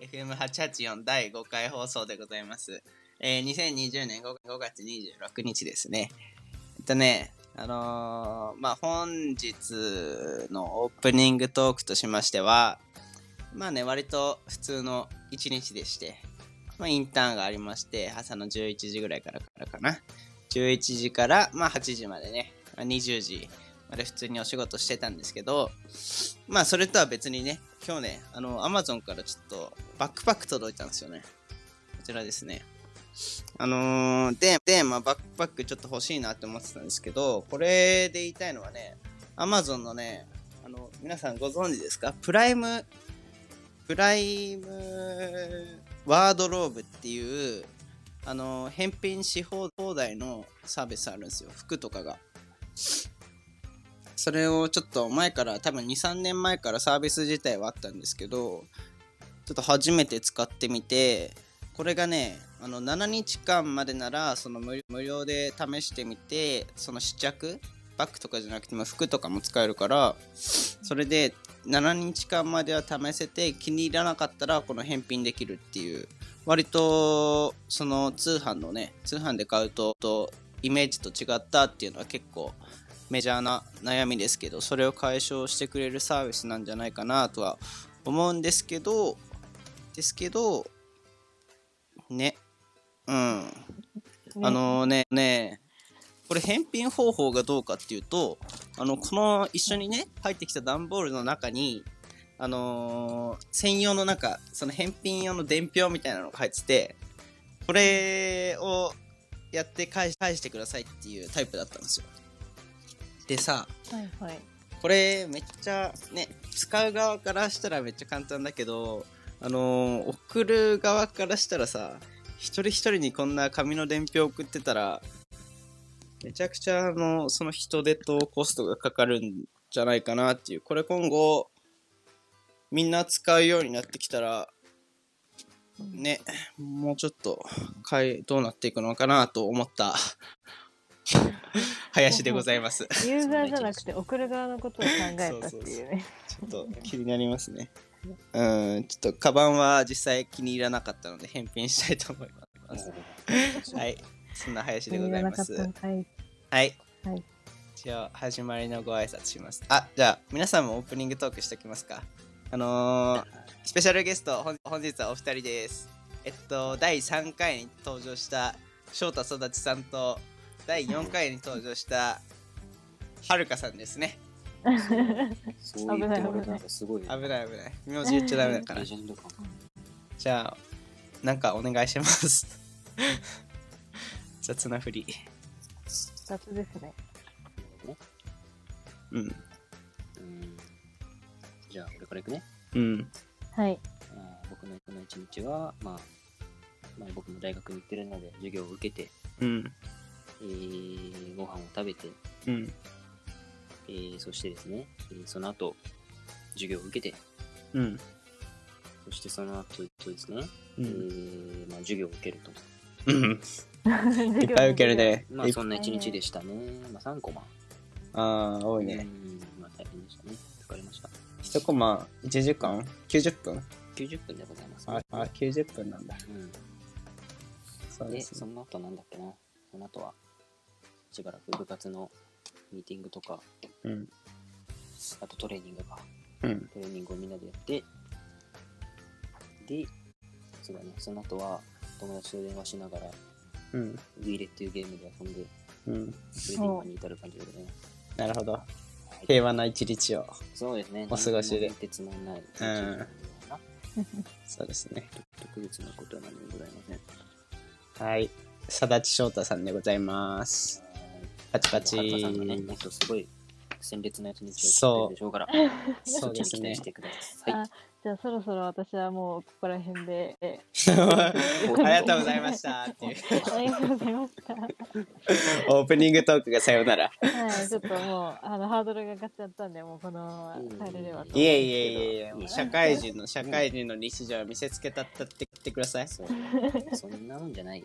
FM884 第5回放送でございます。2020年5月26日ですね。本日のオープニングトークとしましては、割と普通の一日でして、インターンがありまして、朝の11時ぐらいからかな。11時から8時までね、20時まで普通にお仕事してたんですけど、それとは別にね、今日ね、Amazon からちょっとバックパック届いたんですよね。こちらですね。バックパックちょっと欲しいなって思ってたんですけど、これで言いたいのはね、Amazon のね、皆さんご存知ですか？プライムワードローブっていう、返品し放題のサービスあるんですよ。服とかが。それをちょっと前から、多分 2,3 年前からサービス自体はあったんですけど、ちょっと初めて使ってみて、これがね、7日間までならその無料で試してみて、その試着バッグとかじゃなくても服とかも使えるから、それで7日間までは試せて、気に入らなかったらこの返品できるっていう、割とその通販で買うとイメージと違ったっていうのは結構メジャーな悩みですけど、それを解消してくれるサービスなんじゃないかなとは思うんですけどね、これ返品方法がどうかっていうと、この一緒にね入ってきた段ボールの中に専用のその返品用の伝票みたいなのが入ってて、これをやって返してくださいっていうタイプだったんですよ。でさ、これめっちゃね、使う側からしたらめっちゃ簡単だけど、送る側からしたらさ、一人一人にこんな紙の伝票送ってたらめちゃくちゃその人手とコストがかかるんじゃないかなっていう。これ今後みんな使うようになってきたらね、もうちょっとどうなっていくのかなと思った林でございます。 ユーザーじゃなくて送る側のことを考えたっていうね。 ちょっと気になりますね。ちょっとカバンは実際気に入らなかったので返品したいと思います。はい、そんな林でございます。はい。じゃあ始まりのご挨拶します。じゃあ皆さんもオープニングトークしておきますか。スペシャルゲスト本日はお二人です。第3回に登場した翔太育ちさんと第4回に登場したはるかさんですね。 そう言ってもらえたらすごい。 危ない。名字言っちゃダメだから。じゃあなんかお願いします。雑な振り。 雑ですね。 じゃあ俺からいくね。 はい。 僕のこの一日は僕も大学に行ってるので授業を受けて、ご飯を食べて、そしてですね、その後授業を受けて、そしてその後ですね、授業を受けると。 いっぱい受けるね。 そんな一日でしたね。3コマ。 多いね。 大変でしたね。疲れました。 1コマ1時間90分 ?90 分でございます、 ね。90分なんだ。 そうですね。その後なんだっけな。その後はしばらく部活のミーティングとか、あとトレーニングか。トレーニングをみんなでやって、で、そうだね。その後は友達と電話しながら、ウィーレっていうゲームで遊んで、それで今に至る感じでございます。 なるほど。平和な一日をそうですね。 お過ごしで。 つまんない一日なそうですね。 特別なことは何もございません。 はい。佐田地翔太さんでございます。パチパチ。 はるかさんがね、もっとすごい鮮烈な一日を作ってるでしょうから、 そうですね。 してください。 じゃあそろそろ私はもうここら辺でありがとうございましたっていう。 ありがとうございました。 オープニングトークがさよなら。 はい、ちょっともうハードルが上がっちゃったんで、もうこのまま帰れればと。 いえ、社会人の日常を見せつけたって言ってください。 そんなもんじゃないよ。 い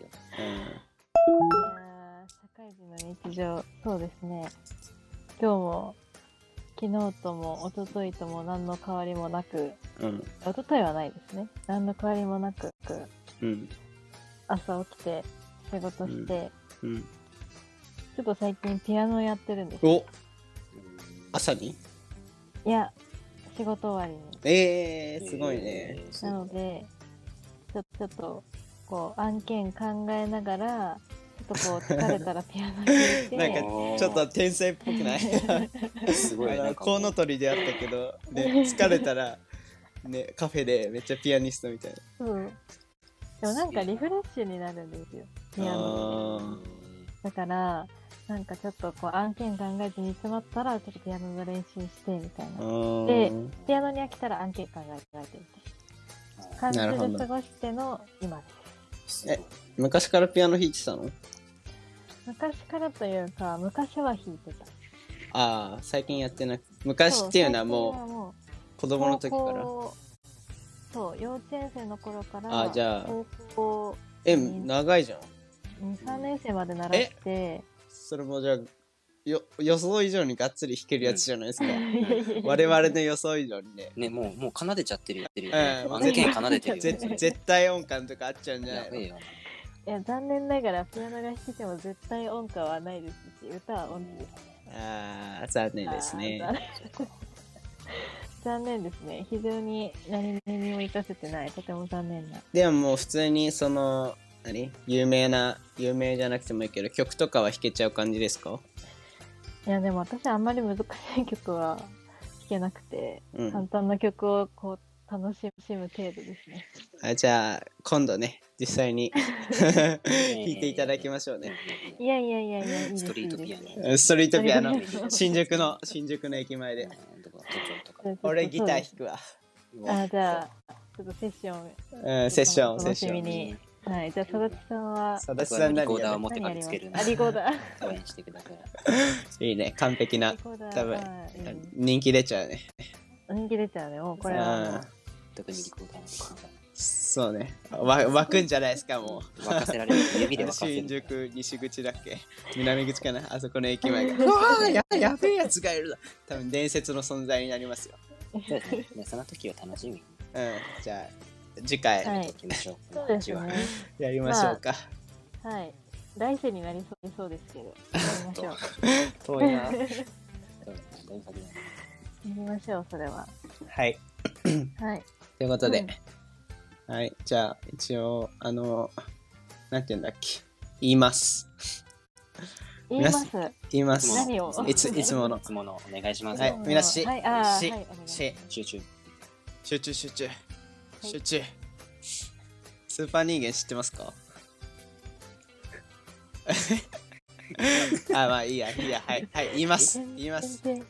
や社会人の日常、そうですね。今日も昨日とも一昨日とも何の変わりもなく、 うん一昨日はないですね。何の変わりもなく、 うん朝起きて仕事して、 うんちょっと最近ピアノやってるんです。 お朝にいや、仕事終わりに。 すごいね。 なので、ちょっとこう案件考えながら、ちょっとこう疲れたらピアノ弾いてなんかちょっと天才っぽくないすごいなんかコウノトリであったけど、ね、疲れたら、ね、カフェでめっちゃピアニストみたいな。 そう。でもなんかリフレッシュになるんですよ、ピアノで。だからなんかちょっとこう案件考えて煮詰まったらちょっとピアノの練習してみたいな。で、ピアノに飽きたら案件考えてみたいな感じで過ごしての今です。 昔からピアノ弾いてたの？ 昔からというか、昔は弾いてた。 ああ、最近やってなく、昔っていうのはもう子供の時から。 そう、幼稚園生の頃からじゃあ高校長いじゃん。 2、3年生まで習って。 それもじゃあ予想以上にがっつり弾けるやつじゃないですか。我々の予想以上にね。 ね、もう奏でちゃってるよ。案件奏でてるよ。 絶対音感とかあっちゃうんじゃないの？ いや、残念ながらピアノが弾けても絶対音感はないですし、歌は音痴です。 残念ですね。 残念ですね。非常に何にも活かせてない。とても残念な。 でももう普通にその有名じゃなくてもいいけど曲とかは弾けちゃう感じですか？ いやでも私あんまり難しい曲は弾けなくて、簡単な曲をこう楽しむ程度ですね。 じゃあ今度ね実際に弾いていただきましょうね。 いやストリートピアノ新宿の駅前で。俺ギター弾くわ。 じゃあちょっとセッション楽しみに。はい、じゃあ佐々木さんはリコーダーを持ってからつけるリコーダー応援してください。いいね、完璧な。多分人気出ちゃうね。 人気出ちゃうね。もうこれは特にリコーダーのところがそうね、湧くんじゃないですか。もう沸かせられる。指で沸かせる。 新宿西口だっけ、南口かな、あそこの駅前がやべえやつがいる。多分伝説の存在になりますよ。 そうですね。その時を楽しみに。 じゃあ次回そうですね。 やりましょうか。 はい。来世になりそうですけど、やりましょう。 遠いな。やりましょう、それは。 はい。 はい。 ということで、はい、じゃあ一応なんていうんだっけ、言います。 言います。何を？ いつものお願いします。 はい、みなし、集中。スーパー人間知ってますか？まあいいや、はい、言います。 はい。 皆さんこん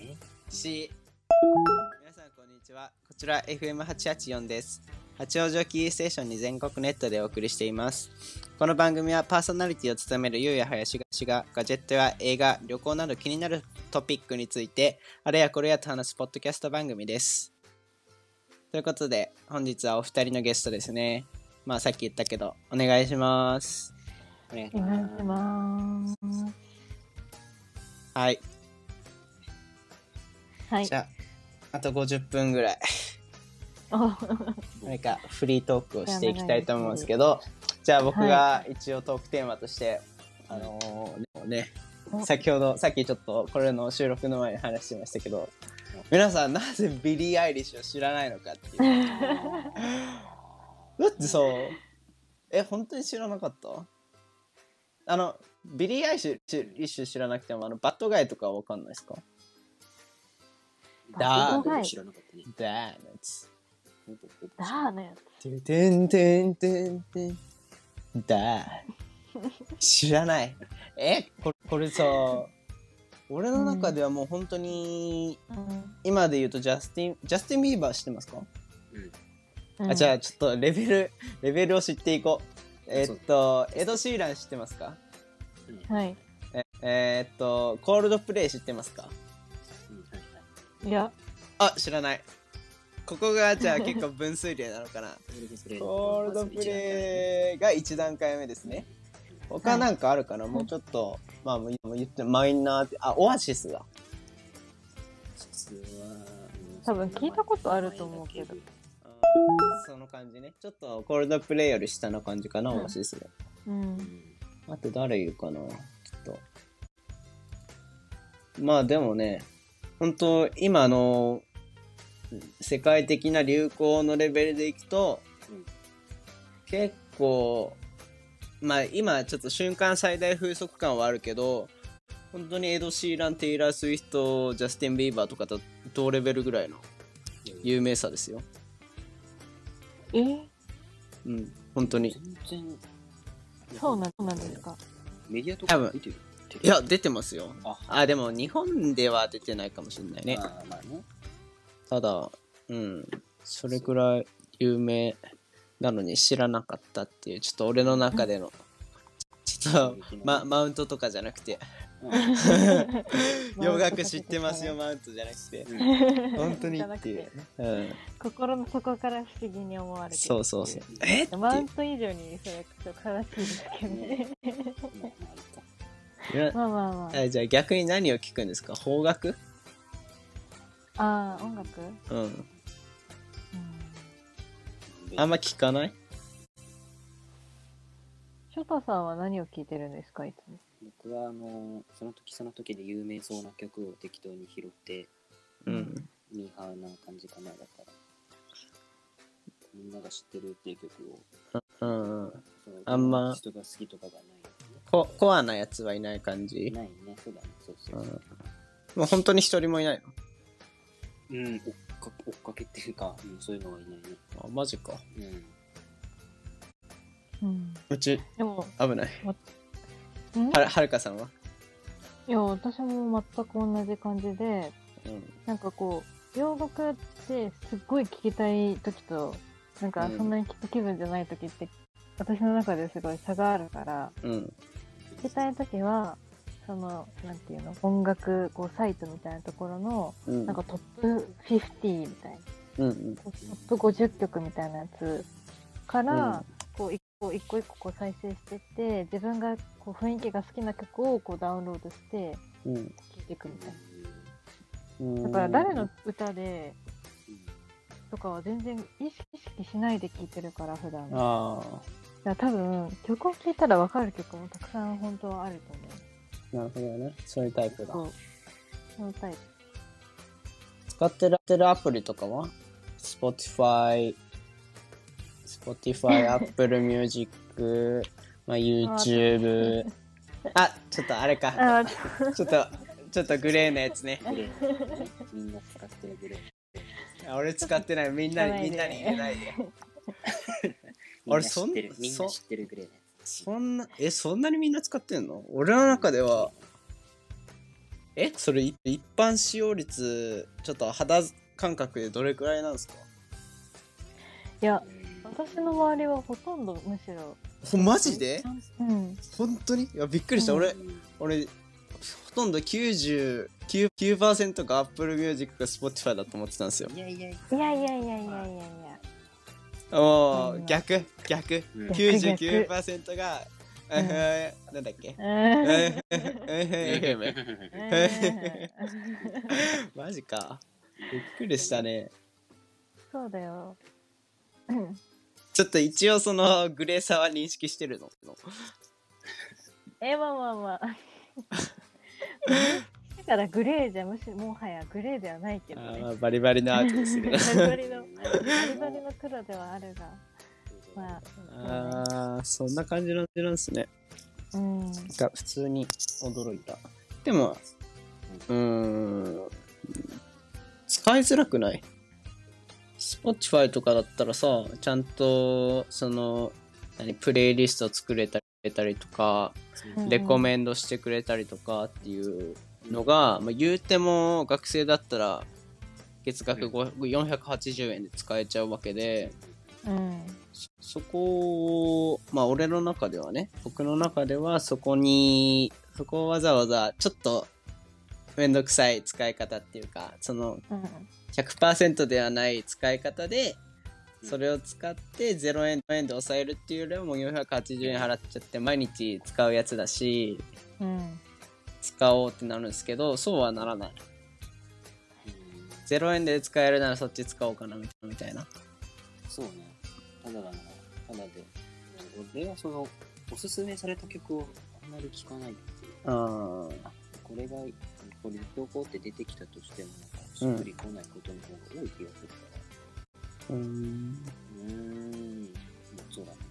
にちは。こちら FM884 です。八王子をキーステーションに全国ネットでお送りしています。この番組はパーソナリティを務めるゆうやはやしがガジェットや映画、旅行など気になるトピックについてあれやこれやと話すポッドキャスト番組です。ということで本日はお二人のゲストですね。まあさっき言ったけどお願いします。 お願いします。 はい。 はい。 じゃああと50分ぐらい何かフリートークをしていきたいと思うんですけど、じゃあ僕が一応トークテーマとして、さっきちょっとこれの収録の前に話してましたけど、皆さんなぜビリー・アイリッシュを知らないのかっていう。だってさ、本当に知らなかった？ビリー・アイリッシュ知らなくてもバッドガイとかわかんないですか？ ダーのやつ。 知らない。これさ、俺の中ではもう本当に、今で言うとジャスティン・ビーバー知ってますか？じゃあちょっとレベルを知っていこう。エド・シーラン知ってますか？ はい。 コールドプレイ知ってますか？ いや。 知らない。ここがじゃあ結構分水嶺なのかな。コールドプレイが1段階目ですね。他なんかあるかな、もうちょっと、まあ言ってマイナーって、オアシスだ。 多分聞いたことあると思うけど。 その感じね。ちょっとコールドプレイより下の感じかな、オアシスで。あと誰言うかな、ちょっと。まあでもね、本当今の世界的な流行のレベルでいくと、結構、まあ今ちょっと瞬間最大風速感はあるけど、本当にエド・シーラン、テイラー・スウィフト、ジャスティン・ビーバーとかと同レベルぐらいの有名さですよ。うん、本当に。 全然。 そうなんですか。 メディアとか出てる？ いや、出てますよ。でも日本では出てないかもしれないね。 まあね。ただ、それくらい有名なのに知らなかったっていう、ちょっと俺の中での、ちょっと、マウントとかじゃなくて、洋楽知ってますよマウントじゃなくて、本当にっていう、 心の底から不思議に思われてる。 そうマウント以上にそれちょっと悲しいですけどね。まあ。 じゃあ逆に何を聞くんですか？邦楽？ 音楽？ あんま聞かない？ ショタさんは何を聞いてるんですか、いつも？ 僕はその時で有名そうな曲を適当に拾って、ミーハーな感じかな。だからみんなが知ってるっていう曲を、 あんま人が好きとかがない、 ね、コアなやつはいない感じ？ ないね。そうだね。そう。 もう本当に一人もいないの？追っかけっていうか、そういうのはいないね。 マジか。 うちでも危ない。はるかさんは？ いや、私も全く同じ感じで、なんかこう洋楽ってすっごい聴きたい時と、なんかそんなに聴く気分じゃない時って、私の中ですごい差があるから、聴きたい時はなんていうの、音楽こうサイトみたいなところの、なんかトップ50みたいな、トップ50曲みたいなやつから、こう一個一個こう再生してって、自分がこう雰囲気が好きな曲をこうダウンロードして聴いていくみたいな。だから誰の歌でとかは全然意識しないで聴いてるから、普段。だから多分曲を聴いたら分かる曲もたくさん本当はあると思う。 なるほどね。そういうタイプだ。 そのタイプ。 使ってるアプリとかは Spotify、Apple Music、YouTube。ちょっとあれか。ちょっとグレーなやつね。 みんな使ってるグレー。俺使ってない。みんなに言えないで。 俺みんな知ってるグレーなやつ。そんなにみんな使ってんの？俺の中では、それ一般使用率、ちょっと肌感覚でどれくらいなんですか？ いや、私の周りはほとんどむしろ。 マジで？本当に？いや、びっくりした。俺、ほとんど 99% が Apple Music か Spotify だと思ってたんですよ。 いや。 逆。99% が、なんだっけマジか。びっくりしたね。 そうだよ。 ちょっと一応そのグレーさは認識してるの？ まあ。だからグレーじゃもはやグレーではないけどね。 バリバリのアートですね。 バリバリの黒ではあるが。 そんな感じなんですね。普通に驚いた。でも、使いづらくない？ Spotify とかだったらさ、ちゃんとプレイリスト作れたりとか、レコメンドしてくれたりとかっていうのが、言うても学生だったら月額480円で使えちゃうわけで、そこを俺の中ではね、僕の中ではそこをわざわざちょっとめんどくさい使い方っていうか、100% ではない使い方でそれを使って0円で抑えるっていうよりはもう480円払っちゃって毎日使うやつだし、使おうってなるんですけど、そうはならない。 0円で使えるならそっち使おうかなみたいな。 そうね。ただで、俺はその、おすすめされた曲をあんまり聴かないっていう。これ投稿って出てきたとしても、なんか、しっくりこないことの方が多い気がするから。そうだね。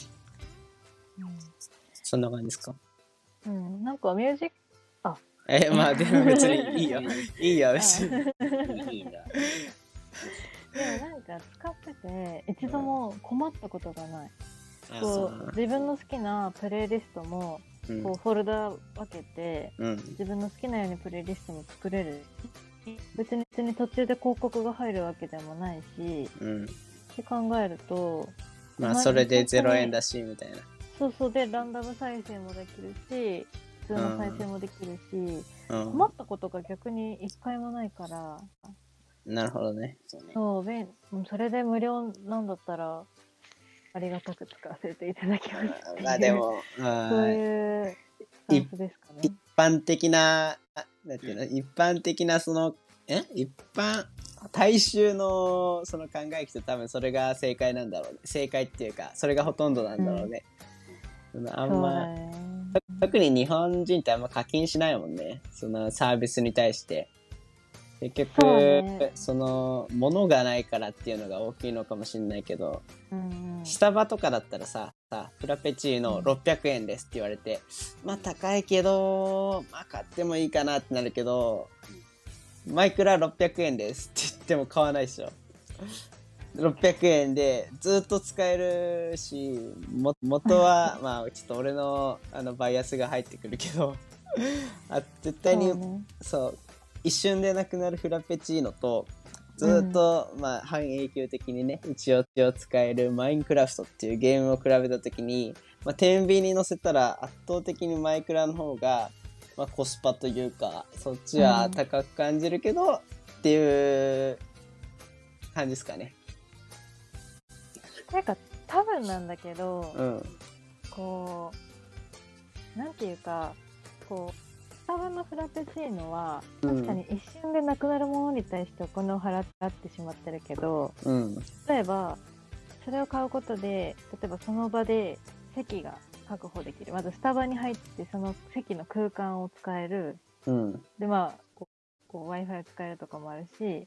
そんな感じですか？ なんかミュージック、 まあでも別にいいよ。いいよ、別に。 いいんだ。 でもなんか使ってて、一度も困ったことがない。こう自分の好きなプレイリストも、こうフォルダ分けて、自分の好きなようにプレイリストも作れる。別に途中で広告が入るわけでもないし、って考えると、 まあそれで0円だしみたいな。 そうでランダム再生もできるし、普通の再生もできるし、困ったことが逆に一回もないから。 なるほどね。 それで無料なんだったらありがたく使わせていただきます。 まあでも、 そういうスタンスですかね。 一般的なその大衆のその考え聞くと多分それが正解なんだろうね。正解っていうかそれがほとんどなんだろうね。あんま、特に日本人ってあんま課金しないもんね。そのサービスに対して。結局、その物がないからっていうのが大きいのかもしれないけど、スタバとかだったらさフラペチーノ600円ですって言われて、まあ高いけどまあ買ってもいいかなってなるけど、マイクラ600円ですって言っても買わないでしょ。600円でずっと使えるし、元はまあちょっと俺のバイアスが入ってくるけど絶対にそう一瞬でなくなるフラペチーノとずっと、まあ半永久的にね一応使えるマインクラフトっていうゲームを比べた時に、まあ、天秤に乗せたら圧倒的にマイクラの方が、まあ、コスパというかそっちは高く感じるけど、っていう感じですかね。 なんか多分なんだけど、こうなんていうかこうスタバのフラペチーノは確かに一瞬でなくなるものに対してお金を払ってしまってるけど、例えばそれを買うことで例えばその場で席が確保できる。まずスタバに入ってその席の空間を使える、でまあWi-Fi を使えるとかもあるし、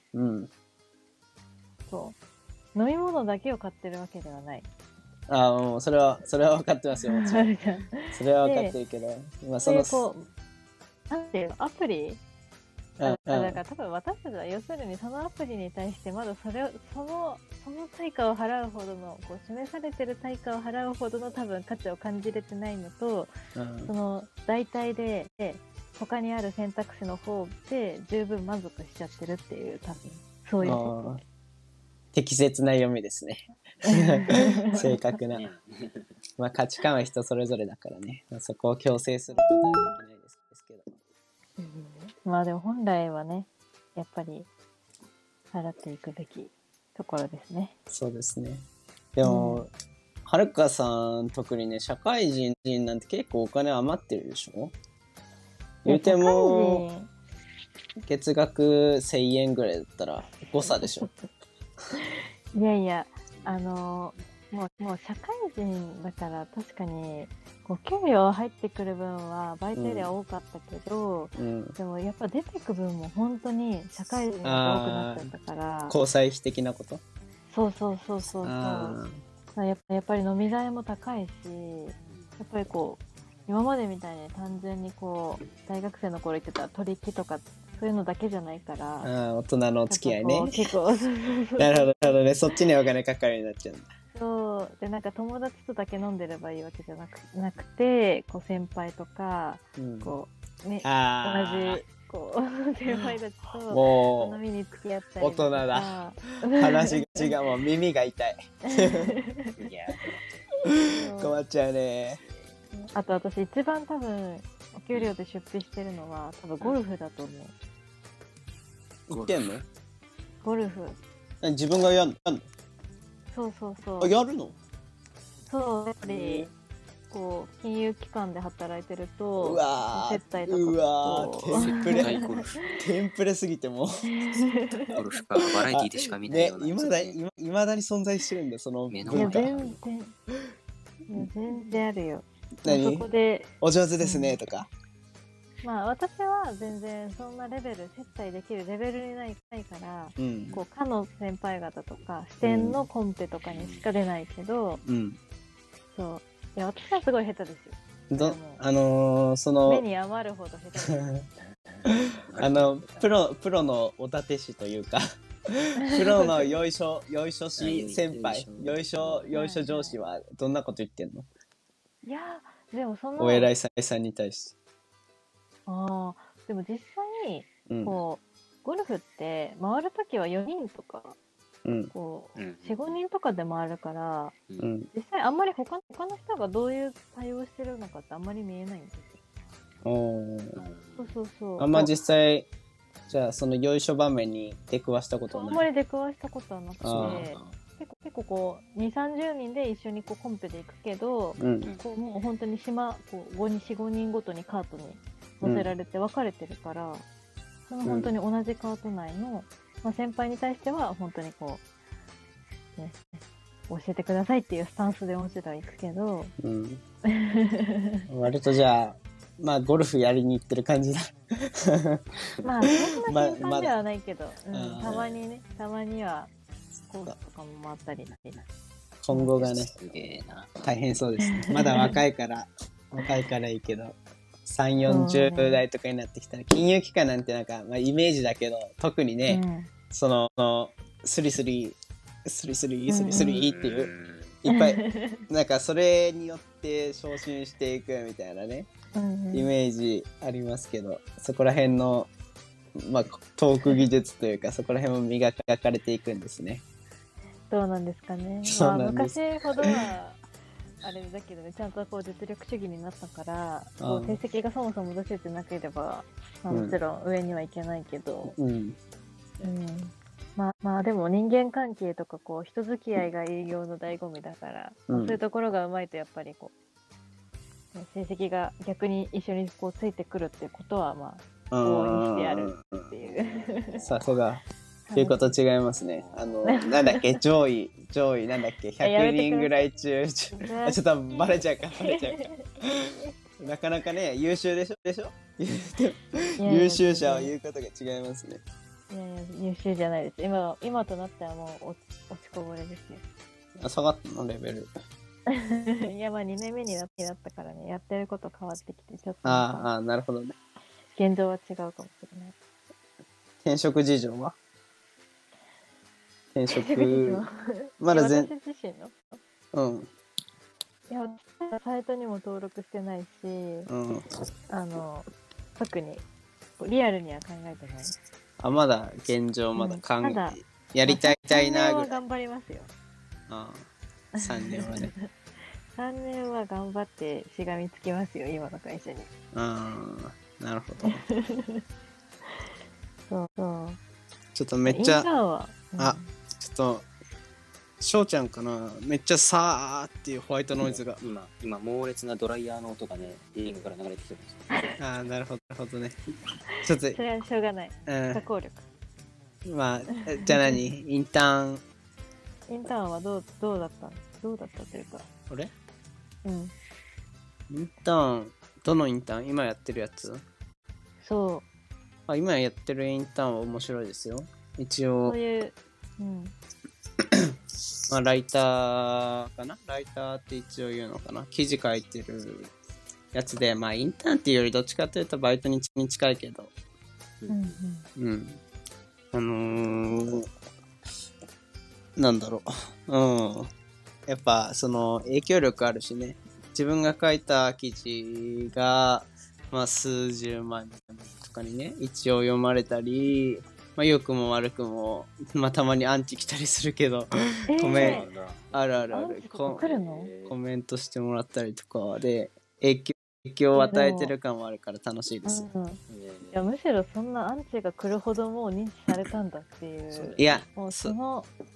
そう飲み物だけを買ってるわけではない。 もうそれは分かってますよ。もちろんそれは分かってるけど、まあそのなんていうのアプリだから多分私たちは要するにそのアプリに対してまだその対価を払うほどの示されてる対価を払うほどの多分価値を感じれてないのと、その代替で他にある選択肢の方で十分満足しちゃってるっていう多分そういうこと。 適切な読みですね。正確な。まあ価値観は人それぞれだからね。そこを強制することはできないですけど。 まあでも本来はね、やっぱり払っていくべきところですね。 そうですね。でも、はるかさん特にね、社会人なんて結構お金余ってるでしょ？言うても月額1000円ぐらいだったら誤差でしょ。 いやいや、もう社会人だから確かに給料入ってくる分はバイトよりは多かったけど、でもやっぱ出てく分も本当に社会人が多くなっちゃったから。 交際費的なこと？ そうやっぱり飲み代も高いし、やっぱり今までみたいに単純に大学生の頃言ってた取引とかそういうのだけじゃないから、 大人の付き合いね。 結構なるほどね。そっちにお金かかるようになっちゃうんだ。 そうで、なんか友達とだけ飲んでればいいわけじゃなくて、先輩とか、ね、同じ先輩たちと飲みに付き合ったりとか。大人だ。 話がもう耳が痛い。困っちゃうね。 あと私一番多分お給料で出費してるのは多分ゴルフだと思う。 行ってんの？ ゴルフ。 自分がやんの？ そう。 やるの？ そう、やっぱりこう金融機関で働いてるとうわ接待とかうわテンプレすぎてもうゴルフかバラエティーでしか見ないような、 ね、いまだに存在してるんだその目のいや前全然あるよ。 何そこでお上手ですね、とか。 まあ私は全然そんなレベル接待できるレベルにないから、こうかの先輩方とか支店のコンペとかにしか出ないけど、そういや私はすごい下手ですよ。 その目に余るほど下手ですプロのお立て師というかプロのよいしょ師先輩よいしょ上司はどんなこと言ってんの？ いやでもそのお偉いさんに対して。 でも実際こう、ゴルフって回るときは4人とか、こう 4,5 人とかで回るから、実際あんまり他の人がどういう対応してるのかってあんまり見えないんですよ。そうあんま実際じゃあそのよいしょ場面に出くわしたことはない？ あんまり出くわしたことはなくて、結構こう2、30人で一緒にこうコンペで行くけど、こうもう本当にこう4、5人ごとにカートに乗せられて分かれてるから、その本当に同じカート内の、先輩に対しては本当にこう、ね、教えてくださいっていうスタンスでもちろん行くけど、 割とじゃあゴルフやりに行ってる感じだそんな頻繁ではないけど、たまにはコースとかも回ったり今後がね大変そうですね。まだ若いからいいけど3、40代とかになってきたら、金融機関なんてなんか、イメージだけど特にね、そのスリスリっていういっぱいなんかそれによって昇進していくみたいなね、イメージありますけど、そこら辺のトーク技術というかそこら辺も磨かれていくんですね。 どうなんですかね。昔ほどはあれだけどね、ちゃんとこう実力主義になったから、こう成績がそもそも出せてなければ、もちろん上にはいけないけど、でも人間関係とかこう人付き合いが営業の醍醐味だから、そういうところがうまいとやっぱりこう成績が逆に一緒にこうついてくるってことは往々にしてあるっていう。 さすが。ということ違いますね。なんだっけ上位なんだっけ100人ぐらい中ちょっとバレちゃうかなかなかね優秀でしょ優秀者を言うことが違いますね。 いや優秀じゃないです。今となってはもう落ちこぼれですよ。 下がったのレベルいや2年目になったからね、やってること変わってきてちょっとなるほどね。 現状は違うかもしれない。 転職事情はまだ私自身のいや私サイトにも登録してないし、特にリアルには考えてない。 まだ現状やりたいなぐらい。 3年は頑張りますよ。 3年はね 3年は頑張ってしがみつきますよ、今の会社に。 なるほどそうちょっとめっちゃちょっと翔ちゃんかな、めっちゃさーっていうホワイトノイズが今猛烈なドライヤーの音がねリビングから流れてきてるんですよ。 なるほどね。ちょっとそれはしょうがない。加工力。 じゃあインターンはどうだったというか。 俺？インターンどのインターン？今やってるやつ？ そう。 今やってるインターンは面白いですよ。一応。 そういう。 ライターかな？ライターって一応言うのかな？記事書いてるやつで、インターンっていうよりどっちかというとバイトに近いけど。なんだろう。やっぱその影響力あるしね。自分が書いた記事が、数十万人とかにね、一応読まれたり、良くも悪くも、たまにアンチ来たりするけど、あるコメントしてもらったりとかで影響を与えてる感もあるから楽しいですよ。 いやむしろそんなアンチが来るほどもう認知されたんだっていう。 いやもうその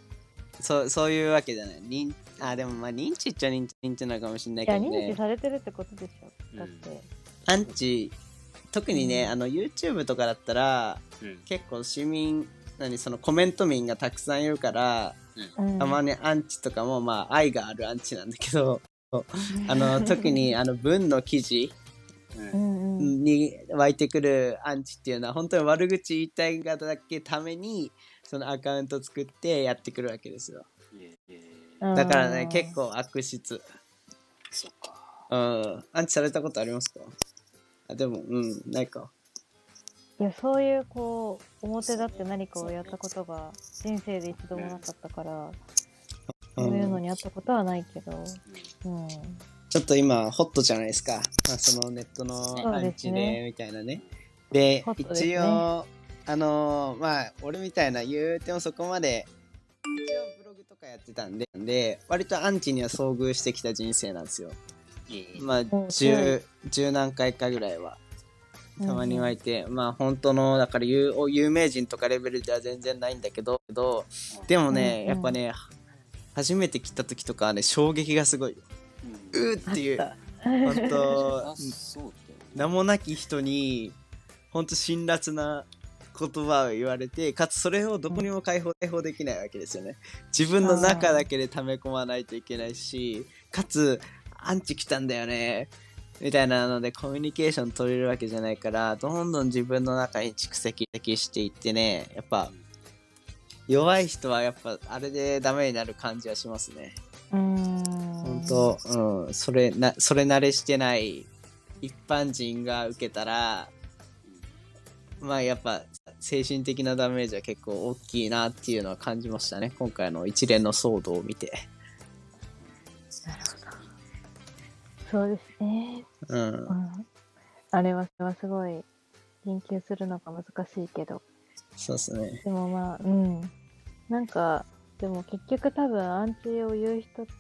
そういうわけじゃない。でもまあ認知っちゃ認知なのかもしれないけどね。 いや、認知されてるってことでしょ。だって。 アンチ、特にね、YouTube とかだったら、結構市民、そのコメント民がたくさんいるから、たまにアンチとかもまあ愛があるアンチなんだけど、特に文の記事に湧いてくるアンチっていうのは本当に悪口言いたいがだけためにそのアカウント作ってやってくるわけですよ。だからね、結構悪質。 そっか。 アンチされたことありますか？でもないか。 いや、そういうこう表立って何かをやったことが人生で一度もなかったから、そういうのにあったことはないけど、 ちょっと今ホットじゃないですか、そのネットのアンチでみたいなね。で、一応まあ俺みたいな言うてもそこまで一応ブログとかやってたんで割とアンチには遭遇してきた人生なんですよ。まあ十何回かぐらいはたまに湧いて、まあ本当のだから有名人とかレベルでは全然ないんだけど、でもね、やっぱね、初めて来た時とかはね、衝撃がすごいよ。っていう本当名もなき人に本当辛辣な言葉を言われて、かつそれをどこにも解放できないわけですよね。自分の中だけで溜め込まないといけないし、かつアンチ来たんだよねみたいなのでコミュニケーション取れるわけじゃないから、どんどん自分の中に蓄積していってね、やっぱ弱い人はやっぱあれでダメになる感じはしますね。本当、それ慣れしてない一般人が受けたら、まあやっぱ精神的なダメージは結構大きいなっていうのは感じましたね、今回の一連の騒動を見て。 なるほど。そうですね。あれはすごい言及するのが難しいけど。 そうですね。 でもまあ、なんかでも結局多分アンチを言う人って、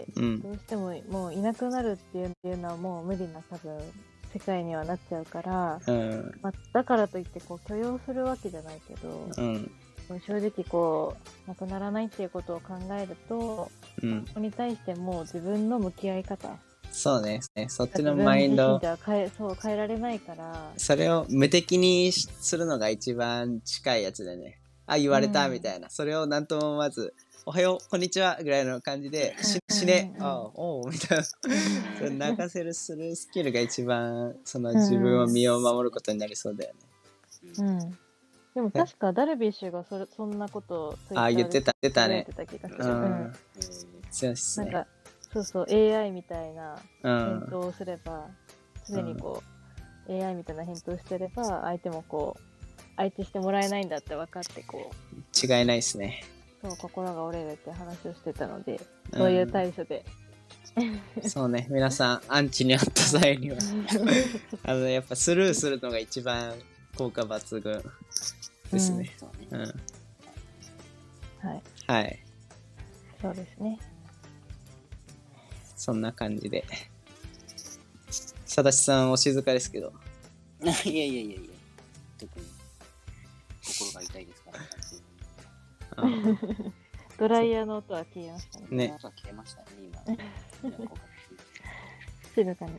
どうしてももういなくなるっていうのはもう無理な多分世界にはなっちゃうから、まあ、だからといってこう許容するわけじゃないけど、正直こうなくならないっていうことを考えると、ここに対してもう自分の向き合い方、 そうね、そっちのマインド自分自身では変えられないから、 それを無敵にするのが一番近いやつでね、言われたみたいな、それをなんともまずおはようこんにちはぐらいの感じで死ね、おうみたいなそれ泣かせるするスキルが一番その自分を身を守ることになりそうだよね。 でも確かダルビッシュがそんなことを言ってたね。 強いっすね。なんかそう AI みたいな返答をすれば、常にこう、AI みたいな返答してれば相手もこう相手してもらえないんだって分かってこう違いないですね。 そう心が折れるって話をしてたので、そういう対処で、 そうね、皆さんアンチにあった際にはやっぱスルーするのが一番効果抜群ですね。はい、 そうですね。 そんな感じでさだしさんお静かですけどいや特に心が痛いですからドライヤーの音は消えましたね。 音は消えましたね今静かに。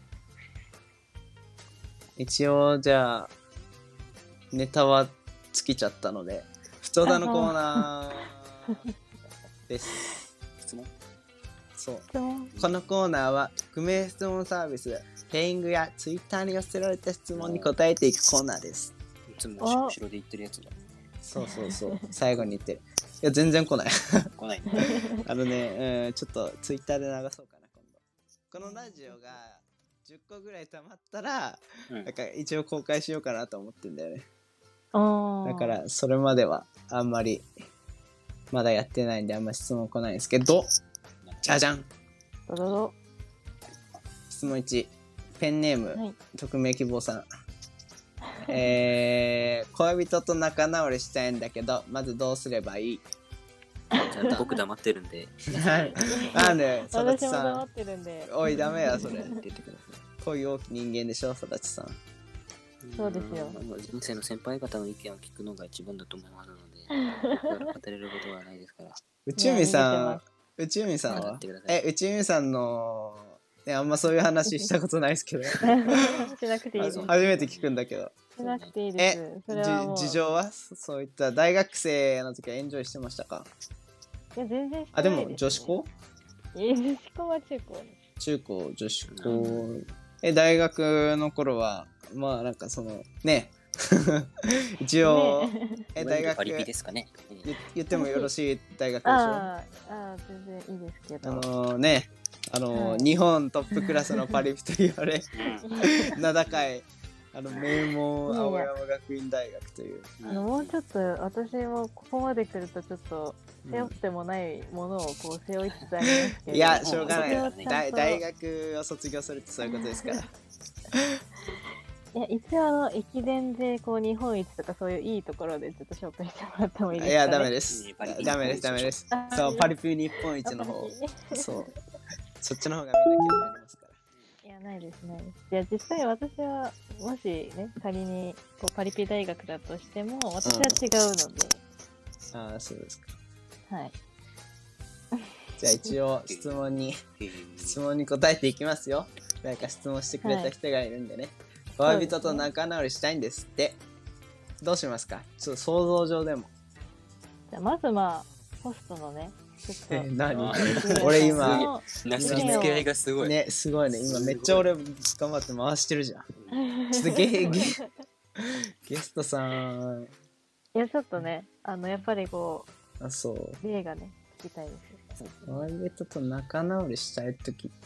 一応じゃあネタは尽きちゃったのでふつおたのコーナーです質問。 そうこのコーナーは匿名質問サービスペイングやツイッターに寄せられた質問に答えていくコーナーです。 いつも後ろで言ってるやつだ。 そう最後に言ってる。いや全然来ない来ないねちょっとツイッターで流そうかな今度。このラジオが10個ぐらい溜まったら、なんか一応公開しようかなと思ってんだよね。だからそれまではあんまりまだやってないんであんま質問来ないんですけど、じゃじゃん。質問1、ペンネーム、匿名希望さん。恋人と仲直りしたいんだけどまずどうすればいい？ ちゃんと僕黙ってるんでさだちさん私も黙ってるんで。 おいダメやそれ恋多き人間でしょさだちさん。 そうですよ。 人生の先輩方の意見を聞くのが一番だと思いますので、語れることはないですから。 内海さんは内海さんのあんまそういう話したことないですけどしなくていいです。 初めて聞くんだけど。 しなくていいです。それはもう事情はそういった大学生の時はエンジョイしてましたか？ いや全然してないです、ね。 あでも女子校？ 女子校は中高。 中高女子校。大学の頃はまあなんかそのね一応、 ね、大学パリピですかね。 言ってもよろしい大学でしょ？ ああ全然いいですけど。 ね日本トップクラスのパリピと言われ名高い名門青山学院大学という。 もうちょっと私もここまで来るとちょっと背負ってもないものをこう背負いつつありますけど。 いやしょうがない。大学を卒業するってそういうことですから。 いや一応駅伝でこう日本一とかそういういいところでちょっと紹介してもらってもいいですか、ね？ いやダメです。ダメです。そうパリピ日本一の方。そう。そっちの方がみんな興味ありますから。 いやないですね。いや実際私はもしね仮にこうパリピ大学だとしても私は違うので。 ああそうですか。 はい。 じゃあ一応質問に答えていきますよ。誰か質問してくれた人がいるんでね。恋人と仲直りしたいんですって。どうしますか？ちょっと想像上でも。 じゃあまずホストのね。 何？俺今なすりつけ合いがすごいね。すごいね。今めっちゃ俺頑張って回してるじゃん。ちょっとゲストさん。 いやちょっとねやっぱりこうそう例がね聞きたいですよ。 恋人と仲直りしたいとき。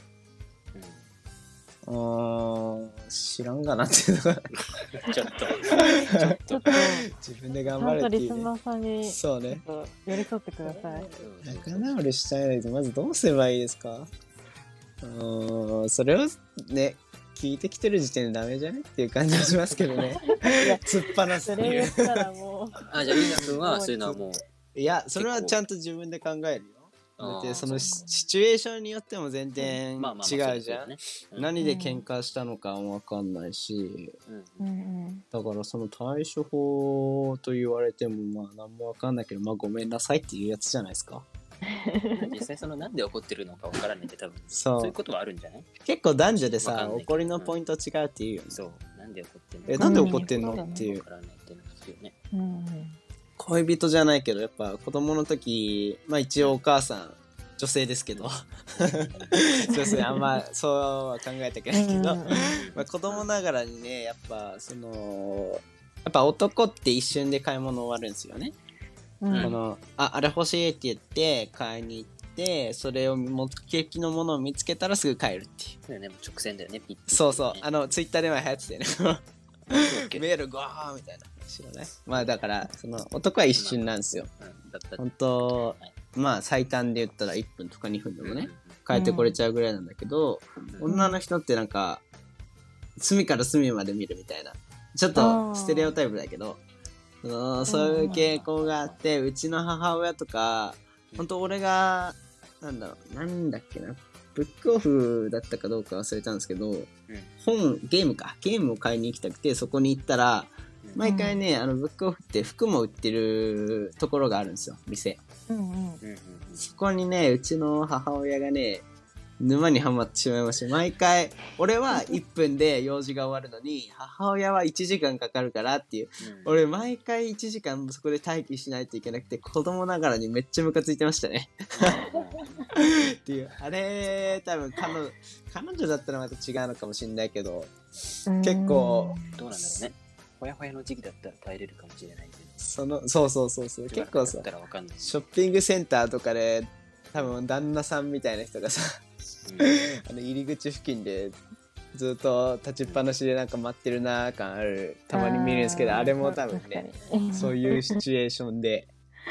知らんがなっていうのがちょっと自分で頑張れっていう、ね、 リスナーさんにそうね寄り添ってください。 仲直りしたいのにまずどうすればいいですか？それをね聞いてきてる時点でダメじゃねっていう感じがしますけどね。突っ放すそれ言ったらもうじゃあリーナ君はそういうのはもういやそれはちゃんと自分で考えるよ。だってそのシチュエーションによっても全然違うじゃん。何で喧嘩したのかも分かんないし、だからその対処法と言われても何も分かんないけどごめんなさいっていうやつじゃないですか。 実際そのなんで怒ってるのか分からないって多分そういうことはあるんじゃない？ 結構男女でさ怒りのポイント違うっていうよね。 そうなんで怒ってんの？ なんで怒ってんのっていう。 分からないっていうのですよね。 恋人じゃないけどやっぱ子供の時一応お母さん女性ですけどそうですねあんまそうは考えたくないけど子供ながらにねやっぱ男って一瞬で買い物終わるんですよね。あれ欲しいって言って買いに行ってそれを目的のものを見つけたらすぐ帰るっていう。 ね、直線だよねピッて、ね。 そうツイッターでも流行ってたよね。メールゴーみたいな。知らない？だからその男は一瞬なんですよ。本当最短で言ったら1分とか2分でもね帰ってこれちゃうぐらいなんだけど、女の人ってなんか隅から隅まで見るみたいなちょっとステレオタイプだけどそういう傾向があってうちの母親とか本当俺がなんだっけなブックオフだったかどうか忘れたんですけど、ゲームを買いに行きたくてそこに行ったら毎回ねブックオフって服も売ってるところがあるんですよ店。そこにねうちの母親がね沼にはまってしまいました。毎回俺は1分で用事が終わるのに母親は1時間かかるからっていう、俺毎回1時間そこで待機しないといけなくて子供ながらにめっちゃムカついてましたねっていうあれ多分彼女だったらまた違うのかもしれないけど結構どうなんだろうね。ほやほやの時期だったら耐えれるかもしれないけどそう結構さショッピングセンターとかで多分旦那さんみたいな人がさ入り口付近でずっと立ちっぱなしでなんか待ってるな感あるたまに見るんですけどあれも多分ねそういうシチュエーションで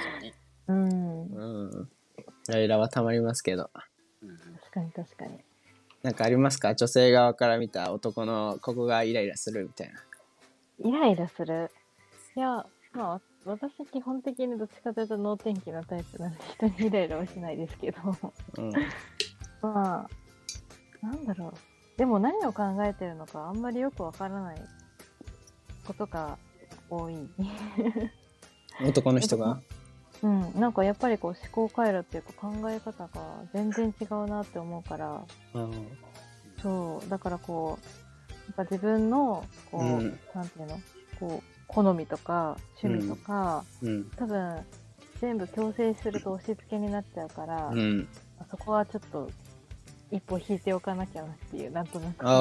イライラはたまりますけど、 確かになんかありますか？女性側から見た男のここがイライラするみたいな。 イライラする。いや私基本的にどっちかというと能天気なタイプなんで人にイライラはしないですけどなんだろう。でも何を考えてるのかあんまりよくわからない子とか多い。 男の人がなんかやっぱりこう思考回路っていうか考え方が全然違うなって思うから、そうだからこうやっぱ自分のこう、なんていうのこう好みとか趣味とか、多分全部強制すると押し付けになっちゃうから、そこはちょっと一歩引いておかなきゃなっていう、なんとなく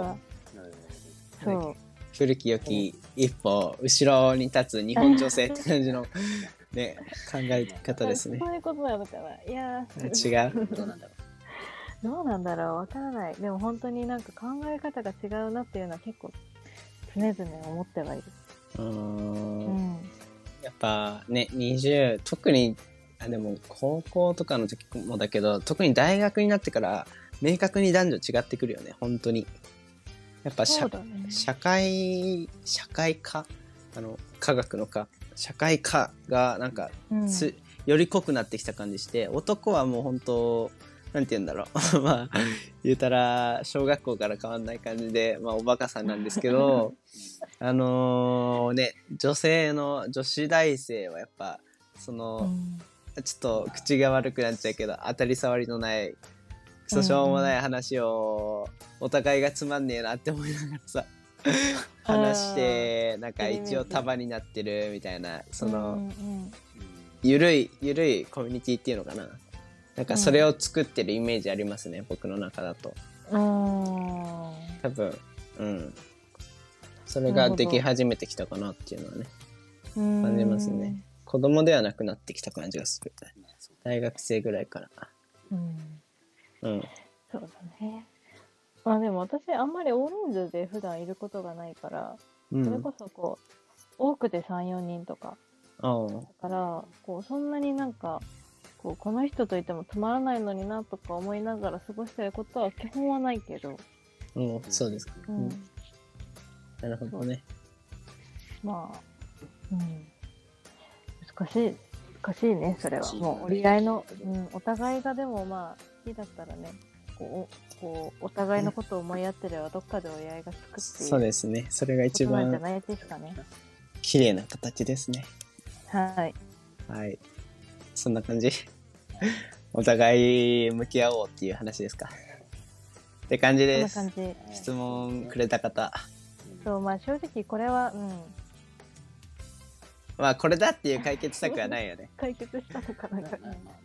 そう古き良き一歩後ろに立つ日本女性って感じのね考え方ですね。 そういうことなのかな。いや違う。 どうなんだろう、わからない。でも本当になんか考え方が違うなっていうのは結構常々思ってはいる。 やっぱね20特にでも高校とかの時もだけど特に大学になってから明確に男女違ってくるよね本当に。やっぱ社会科科学の科社会科がなんかより濃くなってきた感じして、男はもう本当なんて言うんだろうまあ言うたら小学校から変わんない感じで、まあおバカさんなんですけどね女子大生はやっぱその、ちょっと口が悪くなっちゃうけど当たり障りのないクソしょうもない話をお互いがつまんねえなって思いながらさ話してなんか一応束になってるみたいなそのゆるいコミュニティっていうのかな、なんかそれを作ってるイメージありますね、僕の中だと。多分それができ始めてきたかなっていうのはね感じますね。子供ではなくなってきた感じがする、大学生ぐらいから。 そうだね。まあでも私あんまり大人数で普段いることがないから、それこそこう多くて 3,4 人とかだからこうそんなになんかこの人といてもつまらないのになとか思いながら過ごしてることは基本はないけど。 そうですか。なるほどね。 まあ難しいねそれは。もう折り合いの、お互いがでもまあ好きだったらねこうお互いのことを思い合ってればどっかで折り合いがつくっていう。 そうですね。それが一番じゃないですかね。 綺麗な形ですね。 はい。 そんな感じ。お互い向き合おうっていう話ですか。って感じです。 そんな感じ。 質問くれた方。 そうまあ正直これはまあこれだっていう解決策はないよね。 解決したのかなんか。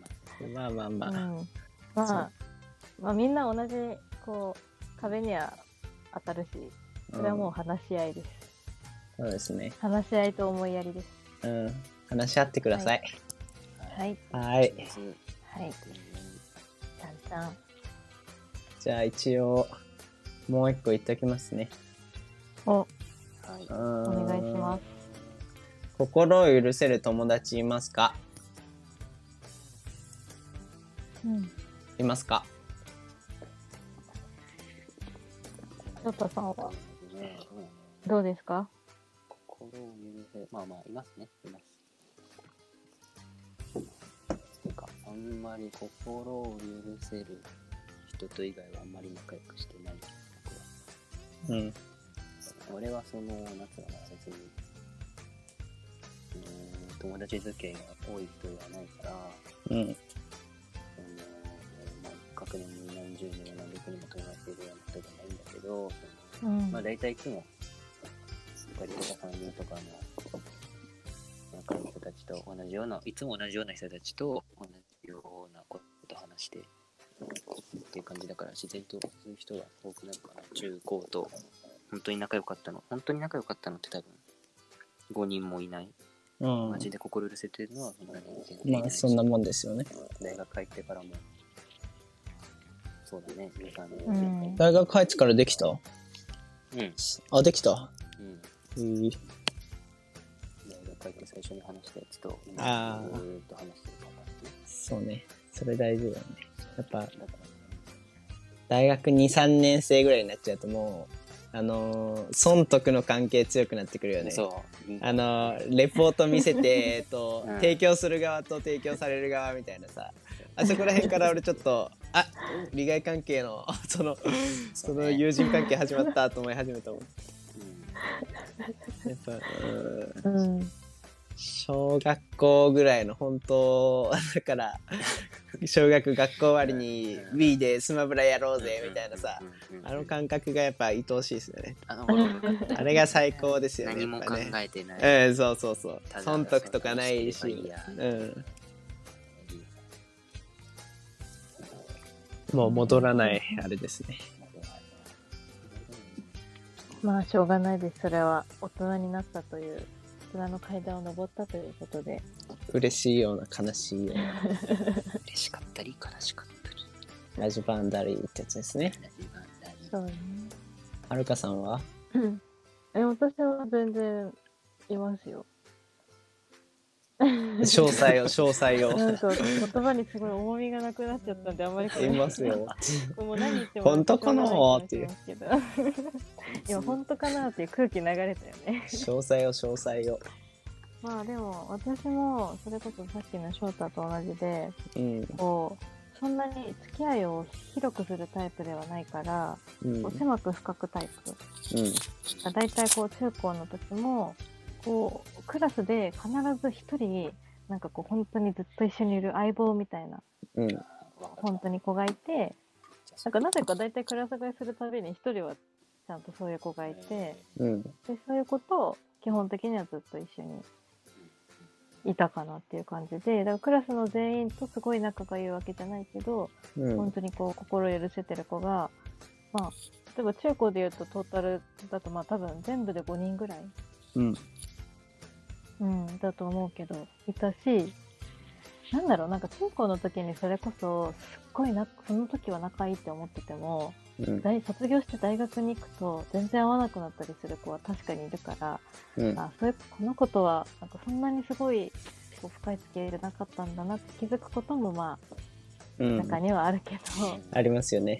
まあみんな同じこう壁には当たるし、それはもう話し合いです。 そうですね。 話し合いと思いやりです。 話し合ってください。 はい。ちゃん。 じゃあ一応もう一個言っておきますね。 お願いします。 心を許せる友達いますか？いますか？ ちょっとさんはどうですか？ 心を許せる、まあいますね、います。なんかあんまり心を許せる人と以外はあんまり仲良くしてない僕は。俺はその夏は別に友達付き合いが多い人ではないから、学年に何十年も何百人も友達いるような人じゃないんだけど、大体いつも2人とか3人とかの仲いい人たちと同じようないつも同じような人たちと同じようなことを話してっていう感じだから、自然とそういう人が多くなるかな。中高と本当に仲良かったのって多分5人もいない。マジで心許せてるのはそんなに全然いないし、 そんなもんですよね。 大学入ってからもそうだね、 大学入ってからできた？できた？大学入って最初に話したやつとずっと話してるからね。そうね、それ大事だよね。やっぱ大学 2,3 年生ぐらいになっちゃうともう損得の関係強くなってくるよね。レポート見せて提供する側と提供される側みたいなさ、あそこら辺から俺ちょっと利害関係のその友人関係始まったと思い始めたもん。 やっぱ、 小学校ぐらいの本当だから小学校終わりに Wii でスマブラやろうぜみたいなさ、あの感覚がやっぱ愛おしいですよね。あれが最高ですよね。 何も考えてない。 そうそうそう。損得とかないし、もう戻らないあれですね。 まあしょうがないです。それは大人になったという、大人の階段を登ったということで。 嬉しいような悲しいような。 嬉しかったり悲しかったり。 ラジバンダリーってやつですね。 そうね。 はるかさんは？ 私は全然いますよ。 詳細を。 なんか言葉にすごい重みがなくなっちゃったんであんまりいますよ。 もう何言っても本当かなーっていう。 今本当かなーっていう空気流れたよね。 詳細を。 まあでも私もそれこそさっきの翔太と同じで、こうそんなに付き合いを広くするタイプではないから、こう狭く深くタイプ。だいたいこう中高の時もこうクラスで必ず一人なんかこう本当にずっと一緒にいる相棒みたいな、本当に子がいて、なんかなぜかだいたいクラス替えするたびに一人はちゃんとそういう子がいて、でそういう子と基本的にはずっと一緒にいたかなっていう感じで、だからクラスの全員とすごい仲がいいわけじゃないけど、本当にこう心許せてる子が、まあ例えば中高でいうとトータルだとまあ多分全部で5人ぐらい。だと思うけどいたし、なんだろう、なんか中高の時にそれこそすっごいその時は仲いいって思ってても、卒業して大学に行くと全然会わなくなったりする子は確かにいるから、この子とはなんかそんなにすごいこう深い付き合いじゃなかったんだなって気づくこともまあ、中にはあるけどありますよね。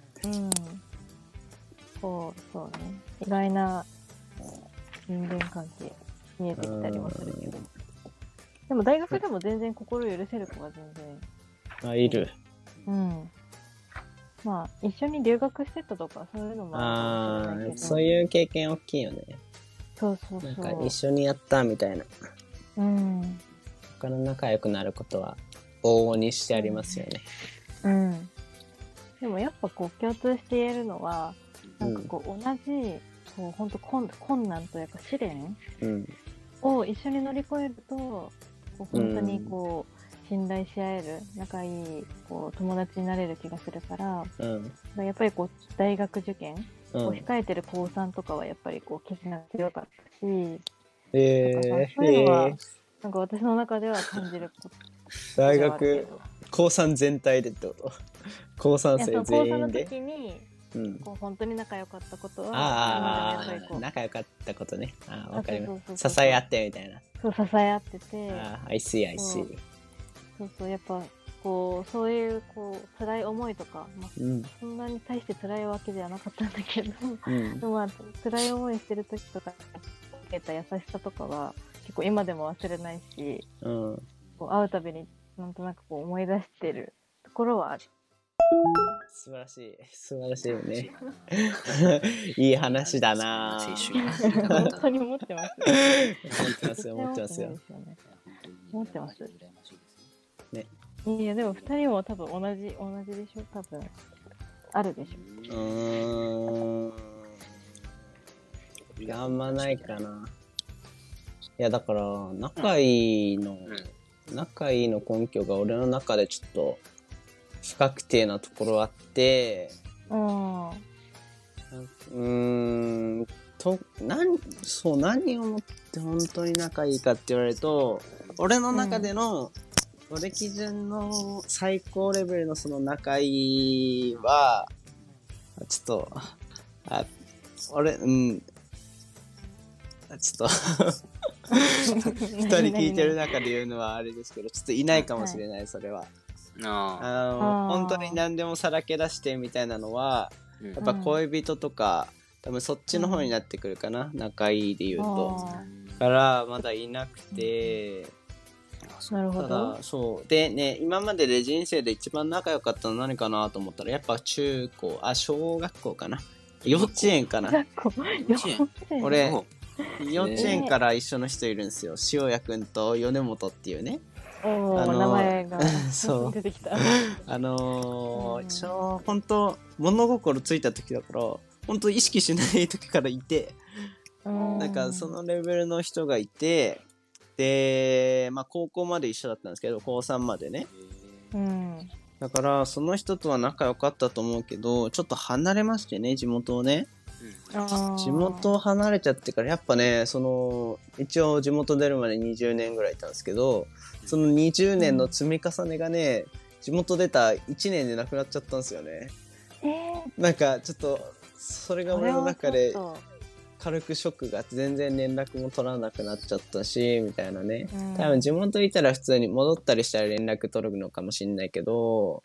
そうね、意外な人間関係見えてきたりもするけど、でも大学でも全然心許せる子は全然いる。 まあ一緒に留学してたとかそういうのもあるかもしれないけど、 そういう経験大きいよね。 そうなんか一緒にやったみたいな。他の仲良くなることは往々にしてありますよね。 でもやっぱこう共通して言えるのは、なんかこう同じこう本当困難というか試練を一緒に乗り越えると、こう本当にこう信頼し合える仲いいこう友達になれる気がするから、やっぱりこう大学受験を控えてる高3とかはやっぱりこう絆が強かったし、そういうのはなんか私の中では感じること。 大学高3全体でってこと？高3生全員で？ 高3の時にこう本当に仲良かったことは仲良かったことね。わかります。支え合ってみたいな。 そう、支え合ってて。 I see。 そうやっぱこうそういうこう辛い思いとか、そんなに対して辛いわけではなかったんだけど、でも辛い思いしてる時とか受けた優しさとかは結構今でも忘れないし、こう会うたびになんとなくこう思い出してるところはある。 素晴らしいよね。いい話だな。 本当に思ってます。 思ってますよ。 ね。いやでも2人も多分同じでしょ。多分あるでしょ。 あんまないかな。いやだから仲いいの根拠が俺の中でちょっと不確定なところあって、何をもって本当に仲いいかって言われると、俺の中での、俺基準の最高レベルのその仲いいはちょっとちょっと2人聞いてる中で言うのはあれですけど、ちょっといないかもしれない、それは。本当に何でもさらけ出してみたいなのは、やっぱ恋人とか多分そっちの方になってくるかな、仲いいで言うと。からまだいなくて、 なるほど。 ただそうでね、今までで人生で一番仲良かったの何かなと思ったら、やっぱ小学校かな、幼稚園かな。 幼稚園。 俺幼稚園から一緒の人いるんですよ。塩谷くんと米本っていうね。 名前がそう出てきた。 一応本当物心ついた時だから本当意識しない時からいて、なんかそのレベルの人がいて、でまあ高校まで一緒だったんですけど、高3までね。だからその人とは仲良かったと思うけど、ちょっと離れましてね、地元をね。地元を離れちゃってからやっぱね、その一応地元出るまで20年ぐらいいたんですけど、その20年の積み重ねがね、地元出た1年でなくなっちゃったんですよね。なんかちょっとそれが俺の中で軽くショックがあって、全然連絡も取らなくなっちゃったしみたいなね。多分地元いたら普通に戻ったりしたら連絡取るのかもしんないけど、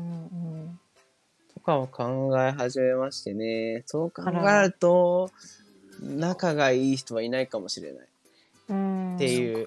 とかを考え始めましてね。そう考えると仲がいい人はいないかもしれないっていう。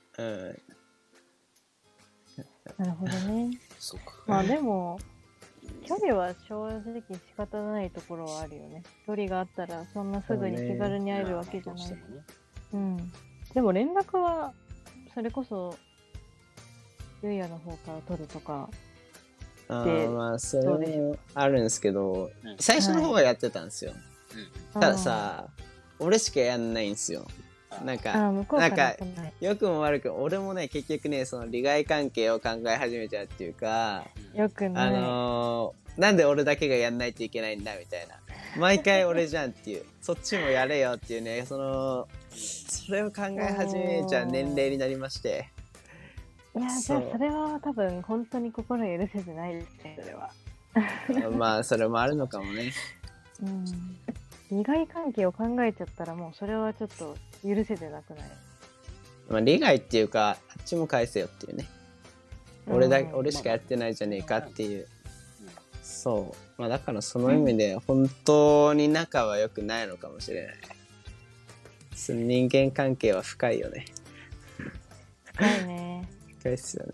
なるほどね。まあでも距離は正直仕方ないところはあるよね。距離があったらそんなすぐに気軽に会えるわけじゃない。でも連絡はそれこそゆうやの方から取るとか。 まあそれもあるんですけど、最初の方はやってたんですよ。たださ、俺しかやんないんですよ。なんか良くも悪くも俺もね、結局ね、その利害関係を考え始めちゃうっていうか、 よくない。 なんで俺だけがやんないといけないんだみたいな、毎回俺じゃんっていう、そっちもやれよっていうね、それを考え始めちゃう年齢になりまして。 いや、じゃあそれは多分本当に心許せてないですね、それは。 まあそれもあるのかもね。 利害関係を考えちゃったらもうそれはちょっと許せてなくない？ まあ利害っていうか、あっちも返せよっていうね。俺しかやってないじゃねえかっていう。そう。まあだからその意味で本当に仲は良くないのかもしれない。人間関係は深いよね。 深いね。 深いっすよね。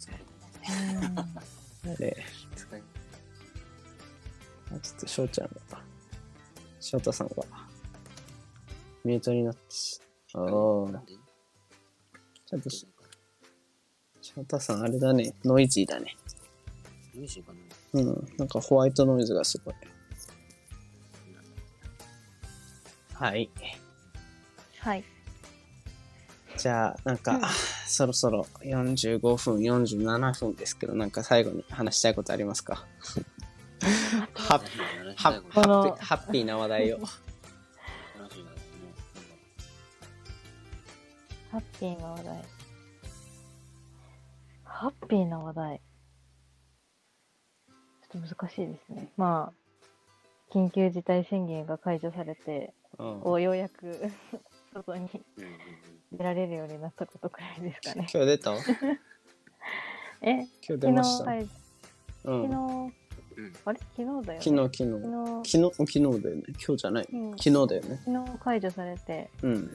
ちょっと翔ちゃんが、翔太さんがミュートになってし、ちょっと翔太さんあれだね、ノイジーだね。 ノイジーかな。 なんかホワイトノイズがすごい。はい。じゃあなんか、そろそろ45分47分ですけど、なんか最後に話したいことありますか？ハッピーな話題を。 ハッピーな話題。ハッピーな話題。ちょっと難しいですね。まあ、緊急事態宣言が解除されて、ようやく外に出られるようになったことくらいですかね。 今日出た？ 今日出ました。 昨日、あれ昨日だよね。 昨日だよね。今日じゃない。昨日だよね。 昨日解除されて。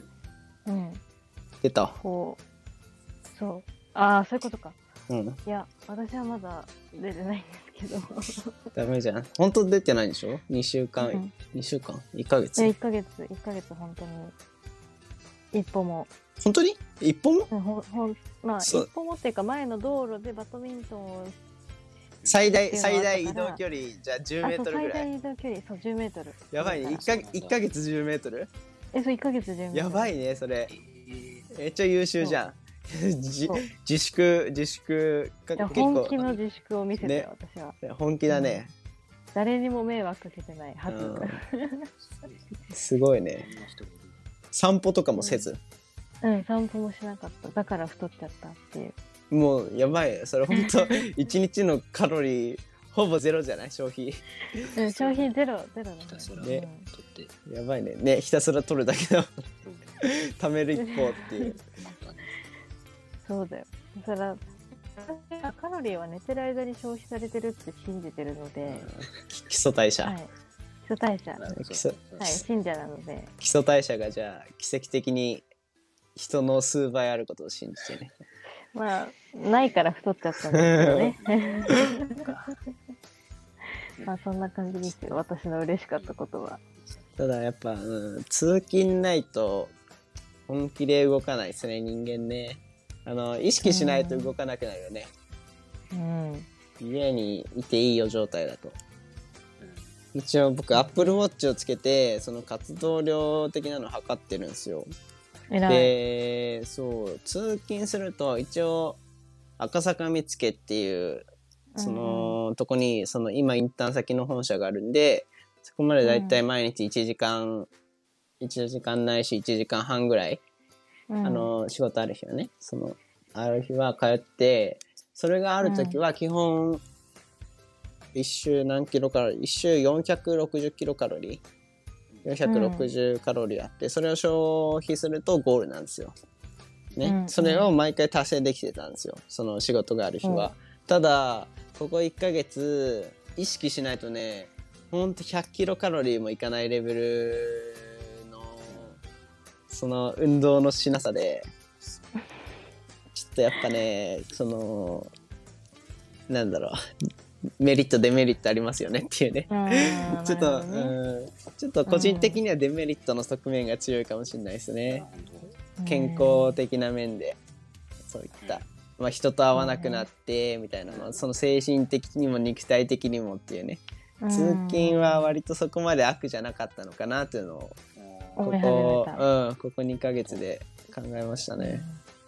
出た。 そう。そういうことか。いや、私はまだ出てないんですけど。 ダメじゃん。本当出てないんでしょ？2週間、2週間 ?1 ヶ月？ 1ヶ月本当に。一歩も。 本当に？一歩も？ まあ、一歩もっていうか、前の道路でバドミントンを最大移動距離じゃあ10メートルぐらい。 最大移動距離、そう、10メートル。 やばいね。1ヶ月10メートル？ そう、1ヶ月10メートル。 やばいね、それ。めっちゃ優秀じゃん。自粛結構本気の自粛を見せてよ、私は。 本気だね。 誰にも迷惑かけてないはず。 すごいね。散歩とかもせず。 散歩もしなかった。だから太っちゃったっていう。 もうやばい。それ本当1日のカロリーほぼゼロじゃない？消費。 消費ゼロだね。やばいね。ね、ひたすら取るだけだもん。貯める一方っていう。 そうだよ。それはカロリーは寝てる間に消費されてるって信じてるので。 基礎代謝。 基礎代謝。信者なので。 基礎代謝がじゃあ奇跡的に人の数倍あることを信じてね。 まあないから太っちゃったんですけどね。まあそんな感じですよ。私の嬉しかったことは。 ただやっぱ、通勤ないと本気で動かないですね、人間ね。意識しないと動かなくなるよね。家にいていいよ状態だと。一応僕、Apple Watch をつけて、その活動量的なのを測ってるんですよ。で、そう、通勤すると、一応、赤坂見附っていう、その、とこに、その、今、インターン先の本社があるんで、そこまでだいたい毎日1時間ないし1時間半ぐらい、仕事ある日はね、その、ある日は通って、それがあるときは基本、一周何キロカロリー、一周460キロカロリー、460カロリーあって、それを消費するとゴールなんですよ。ね、それを毎回達成できてたんですよ、その仕事がある日は。ただ、ここ1ヶ月、意識しないとね、ほんと100キロカロリーもいかないレベルの、その運動のしなさで、ちょっとやっぱね、その、なんだろう、メリットデメリットありますよねっていうね。ちょっと個人的にはデメリットの側面が強いかもしれないですね。健康的な面で、そういった、まあ、人と会わなくなってみたいなのは、その精神的にも肉体的にもっていうね。通勤は割とそこまで悪じゃなかったのかなっていうのをここ2ヶ月で考えましたね。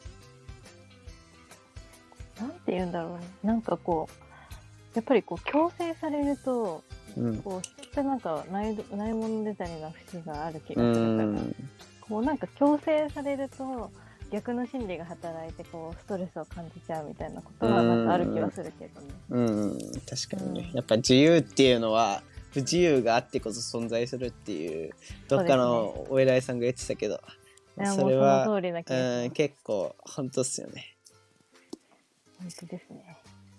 なんて言うんだろうね。なんかこうやっぱりこう強制されると、こうきっとなんかないもの出たりな節がある気がするから、こうなんか強制されると逆の心理が働いてこうストレスを感じちゃうみたいなことはなんかある気はするけどね。 確かにね。やっぱ自由っていうのは不自由があってこそ存在するっていうどっかのお偉いさんが言ってたけど、それはその通りな気がします。 結構本当っすよね。 本当ですね。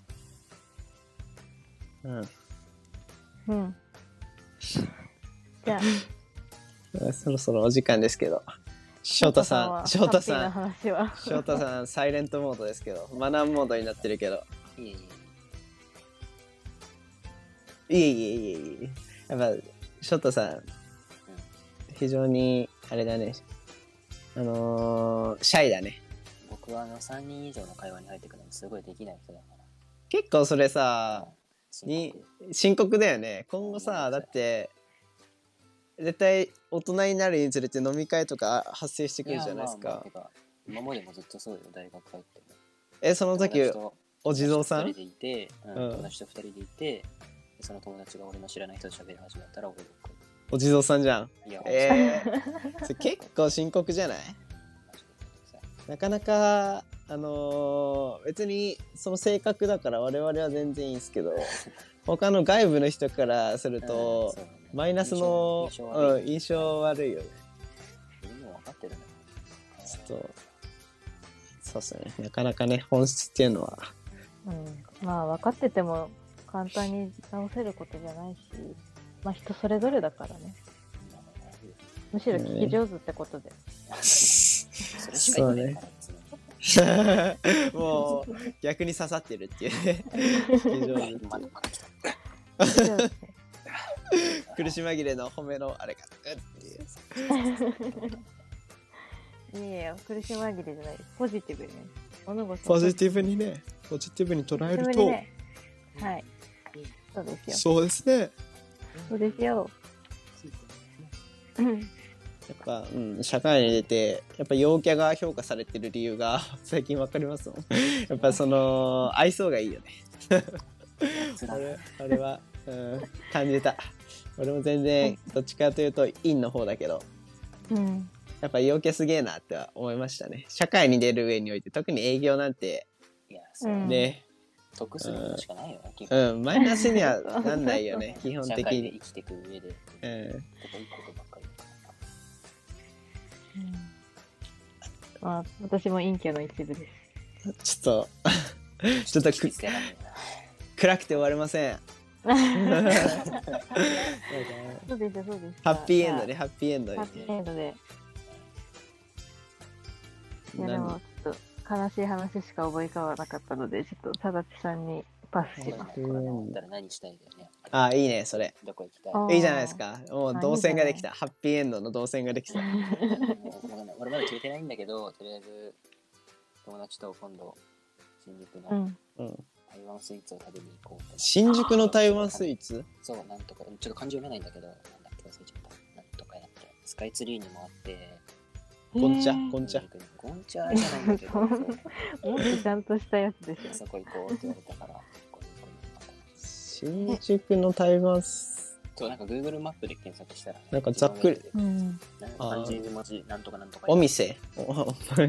じゃあそろそろお時間ですけど、翔太さんサイレントモードですけど、マナーモードになってるけど、いえやっぱ翔太さん、非常にあれだね、シャイだね。 僕は3人以上の会話に入ってくるのすごいできない人だから。 結構それさ、深刻だよね。今後さ、だって絶対大人になるにつれて飲み会とか発生してくるじゃないですか。 今までもずっとそうよ、大学入っても。その時お地蔵さん？ 友達と2人でいて、友達と2人でいて、その友達が俺の知らない人と喋り始めたら俺どっかお地蔵さんじゃん。それ結構深刻じゃない？なかなか別にその性格だから我々は全然いいんですけど、他の外部の人からするとマイナスの印象悪いよね。 自分も分かってるね。 ちょっとそうっすね。なかなかね、本質っていうのは、 まあ分かってても簡単に直せることじゃないし、まあ人それぞれだからね。むしろ聞き上手ってことで。 そうね。 もう逆に刺さってるっていうね。苦し紛れの褒めのあれかっていう。 いや苦し紛れじゃない。ポジティブにね。 ポジティブにね。ポジティブに捉えると。 はい。そうですよ。 そうですね。 そうですよ。 やっぱ、社会に出てやっぱ陽キャが評価されてる理由が最近わかりますもん。やっぱその愛想がいいよね。俺は、感じた。俺も全然どっちかというと陰の方だけど、やっぱ陽キャすげえなって思いましたね。社会に出る上において特に営業なんてね、 得することしかないよね。 マイナスにはなんないよね。基本的に社会で生きていく上で、いいことばっかり。 まあ私も陰キャの一部です。 ちょっと暗くて終われません。 そうです。 ハッピーエンドね、ハッピーエンドで。いやでもちょっと悲しい話しか思い浮かばなかったので、ちょっとただちさんにパスします。 これだったら何したいだよね。 ああ、いいね、それ。 どこ行きたいいじゃないですか。もう動線ができた。ハッピーエンドの動線ができた。 俺まだ決めてないんだけど、とりあえず友達と今度新宿の台湾スイーツを食べに行こうと。 新宿の台湾スイーツ？ そう、なんとか、ちょっと漢字読めないんだけど、なんだっけ忘れちゃった。なんとかやって、スカイツリーにもあって、 ゴンチャゴンチャじゃないんだけど、もっとちゃんとしたやつでしょ。 そこ行こうって言われたから、 新宿の台湾そう、なんか Google マップで検索したら、ね、 なんかざっくり。 漢字文字なんとかなんとか。 お店。イントネ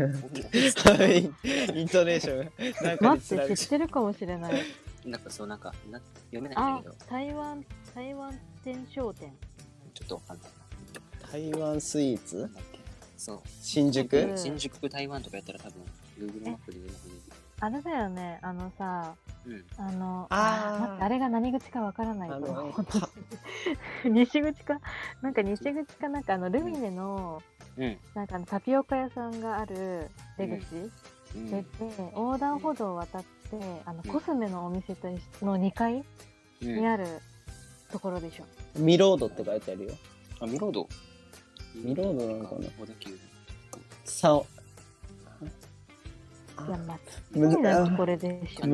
ーション。なんか待って、知ってるかもしれない。 なんかそう、なんか読めないんだけど。 台湾天商店。 ちょっとわかんないな。台湾スイーツ？ そう。 新宿台湾とかやったら多分 Google マップで出るはず。 あれだよね、さ、 あれが何口かわからないと。西口かなんかルミネの、なんかタピオカ屋さんがある出口、で横断歩道を渡ってコスメのお店との2階にあるところでしょ。 ミロードって書いてあるよ。 あ、ミロードなのかな。 小田急いや、まこれでしょ。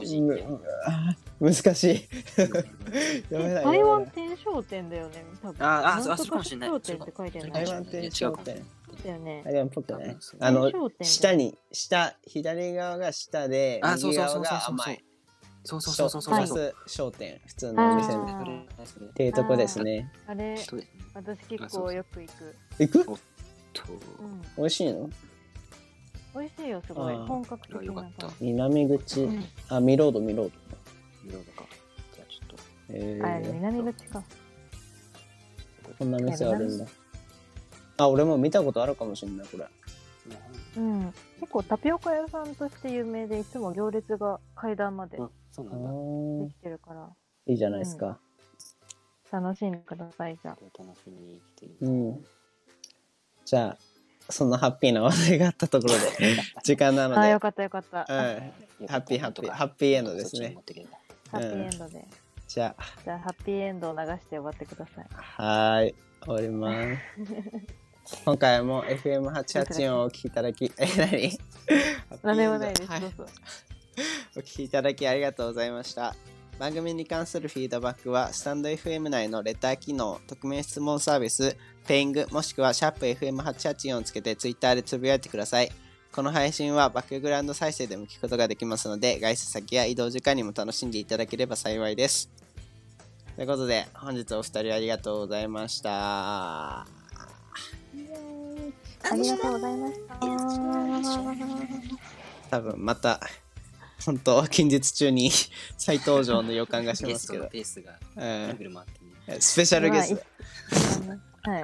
難しい。 台湾天商店だよね、多分。 そうかもしれない。 商店って書いてある。 台湾天商店。 だよね。 台湾っぽくね。左側が下で、右側が甘い。 そう。 商店、普通のお店っていうとこですね。 あれ、私結構よく行く。 行く？美味しいの？ 美味しいよ、すごい。本格的な。 南口、ミロードか。 じゃあちょっと。 南口か。 こんな店あるんだ。俺も見たことあるかもしれない、これ。 結構タピオカ屋さんとして有名で、いつも行列が階段までできてるから。 いいじゃないですか。 楽しんでください、じゃあ。 楽しみに来てじゃあ、そんなハッピーな話題があったところで時間なので。 よかった。 ハッピーエンドですね。 ハッピーエンドで。 じゃあハッピーエンドを流して終わってください。 はい、終わります。今回も FM884 をお聞きいただき、 何でもないです。どうぞ。 お聞きいただきありがとうございました。番組に関するフィードバックはスタンド FM 内のレター機能、匿名質問サービス、ペイングもしくは#FM884 をつけてツイッターでつぶやいてください。この配信はバックグラウンド再生でも聞くことができますので、外出先や移動時間にも楽しんでいただければ幸いです。ということで、本日お二人ありがとうございました。 ありがとうございました。 多分また本当近日中に再登場の予感がしますけど。 ペースがスペシャルゲスト。 はい。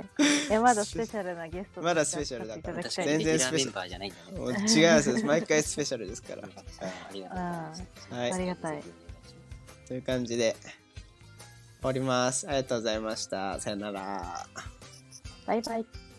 まだスペシャルなゲスト。 まだスペシャルだから。全然スペシャル。 じゃないんだね。 違うんです。毎回スペシャルですから。 ありがとうございます。 ありがたい。 という感じで終わります。ありがとうございました。さよなら。 バイバイ。